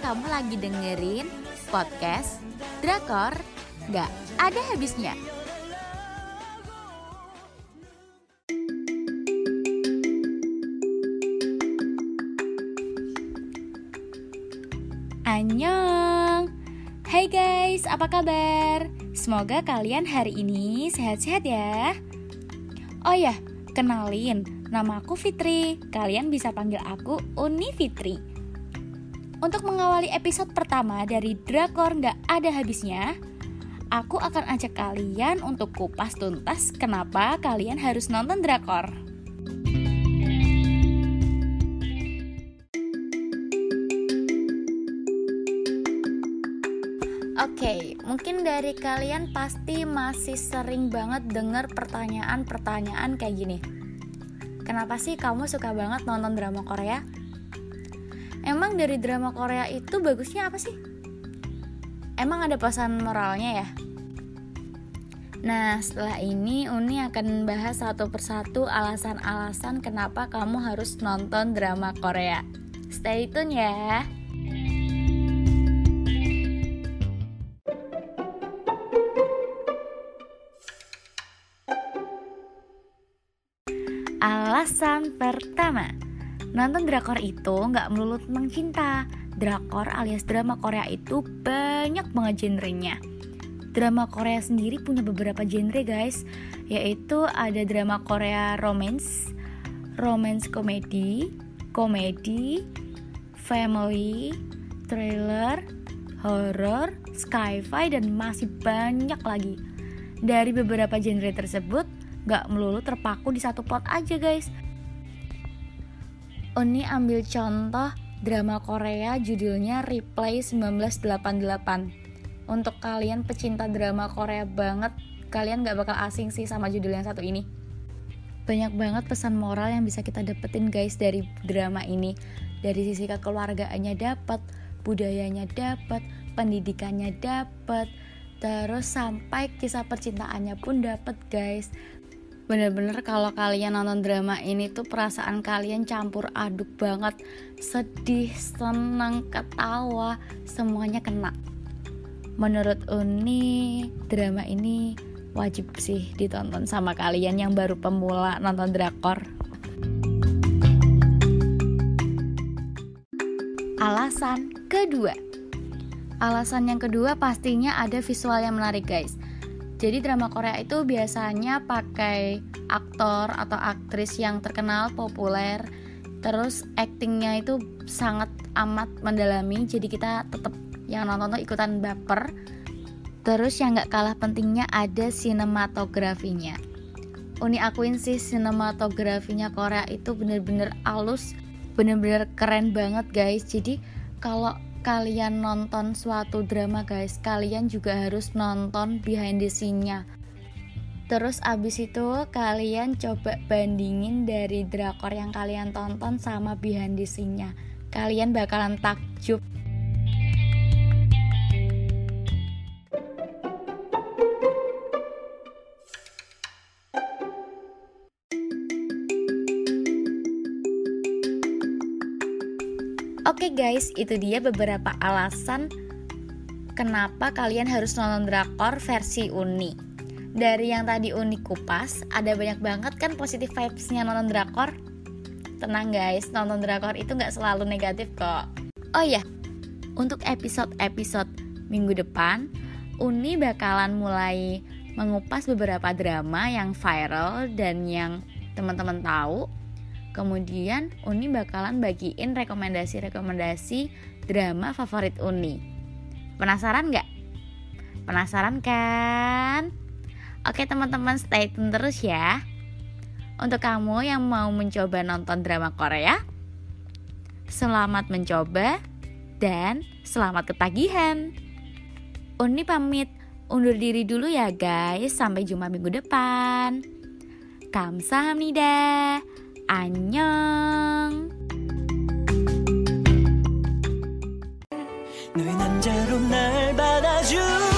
kamu lagi dengerin podcast Drakor Gak Ada Habisnya. Annyeong. Hai guys, apa kabar? Semoga kalian hari ini sehat-sehat ya. Oh ya, kenalin, nama aku Fitri. Kalian bisa panggil aku Uni Fitri. Untuk mengawali episode pertama dari Drakor Gak Ada Habisnya, aku akan ajak kalian untuk kupas tuntas kenapa kalian harus nonton drakor. Oke, mungkin dari kalian pasti masih sering banget dengar pertanyaan-pertanyaan kayak gini. Kenapa sih kamu suka banget nonton drama Korea? Emang dari drama Korea itu bagusnya apa sih? Emang ada pesan moralnya ya? Nah, setelah ini Uni akan bahas satu persatu alasan-alasan kenapa kamu harus nonton drama Korea. Stay tune ya. Alasan pertama, nonton drakor itu gak melulu tentang cinta. Drakor alias drama Korea itu banyak banget genrenya. Drama Korea sendiri punya beberapa genre guys, yaitu ada drama Korea romance, romance komedi, family, thriller, horror, sci-fi, dan masih banyak lagi. Dari beberapa genre tersebut gak melulu terpaku di satu plot aja guys. Uni ambil contoh drama Korea judulnya Replay 1988. Untuk kalian pecinta drama Korea banget, kalian gak bakal asing sih sama judul yang satu ini. Banyak banget pesan moral yang bisa kita dapetin guys dari drama ini. Dari sisi kekeluargaannya dapat, budayanya dapat, pendidikannya dapat, terus sampai kisah percintaannya pun dapat guys. Bener-bener kalau kalian nonton drama ini tuh perasaan kalian campur aduk banget. Sedih, senang, ketawa, semuanya kena. Menurut Uni, drama ini wajib sih ditonton sama kalian yang baru pemula nonton drakor. Alasan kedua. Alasan yang kedua pastinya ada visual yang menarik guys. Jadi drama Korea itu biasanya pakai aktor atau aktris yang terkenal, populer. Terus actingnya itu sangat amat mendalami. Jadi kita tetap yang nonton tuh ikutan baper. Terus yang gak kalah pentingnya ada sinematografinya. Uni akuin sih sinematografinya Korea itu bener-bener halus, bener-bener keren banget guys. Jadi kalau kalian nonton suatu drama guys, kalian juga harus nonton behind the scene-nya. Terus abis itu kalian coba bandingin dari drakor yang kalian tonton sama behind the scene-nya. Kalian bakalan takjub. Oke guys, itu dia beberapa alasan kenapa kalian harus nonton drakor versi Uni. Dari yang tadi Uni kupas, ada banyak banget kan positive vibes-nya nonton drakor. Tenang guys, nonton drakor itu gak selalu negatif kok. Oh iya, untuk episode-episode minggu depan, Uni bakalan mulai mengupas beberapa drama yang viral dan yang teman-teman tahu. Kemudian Uni bakalan bagiin rekomendasi-rekomendasi drama favorit Uni. Penasaran gak? Penasaran kan? Oke teman-teman, stay tune terus ya. Untuk kamu yang mau mencoba nonton drama Korea, selamat mencoba dan selamat ketagihan. Uni pamit undur diri dulu ya guys. Sampai jumpa minggu depan. Kamsahamnida. 안녕. 너의 남자로 날 받아줘.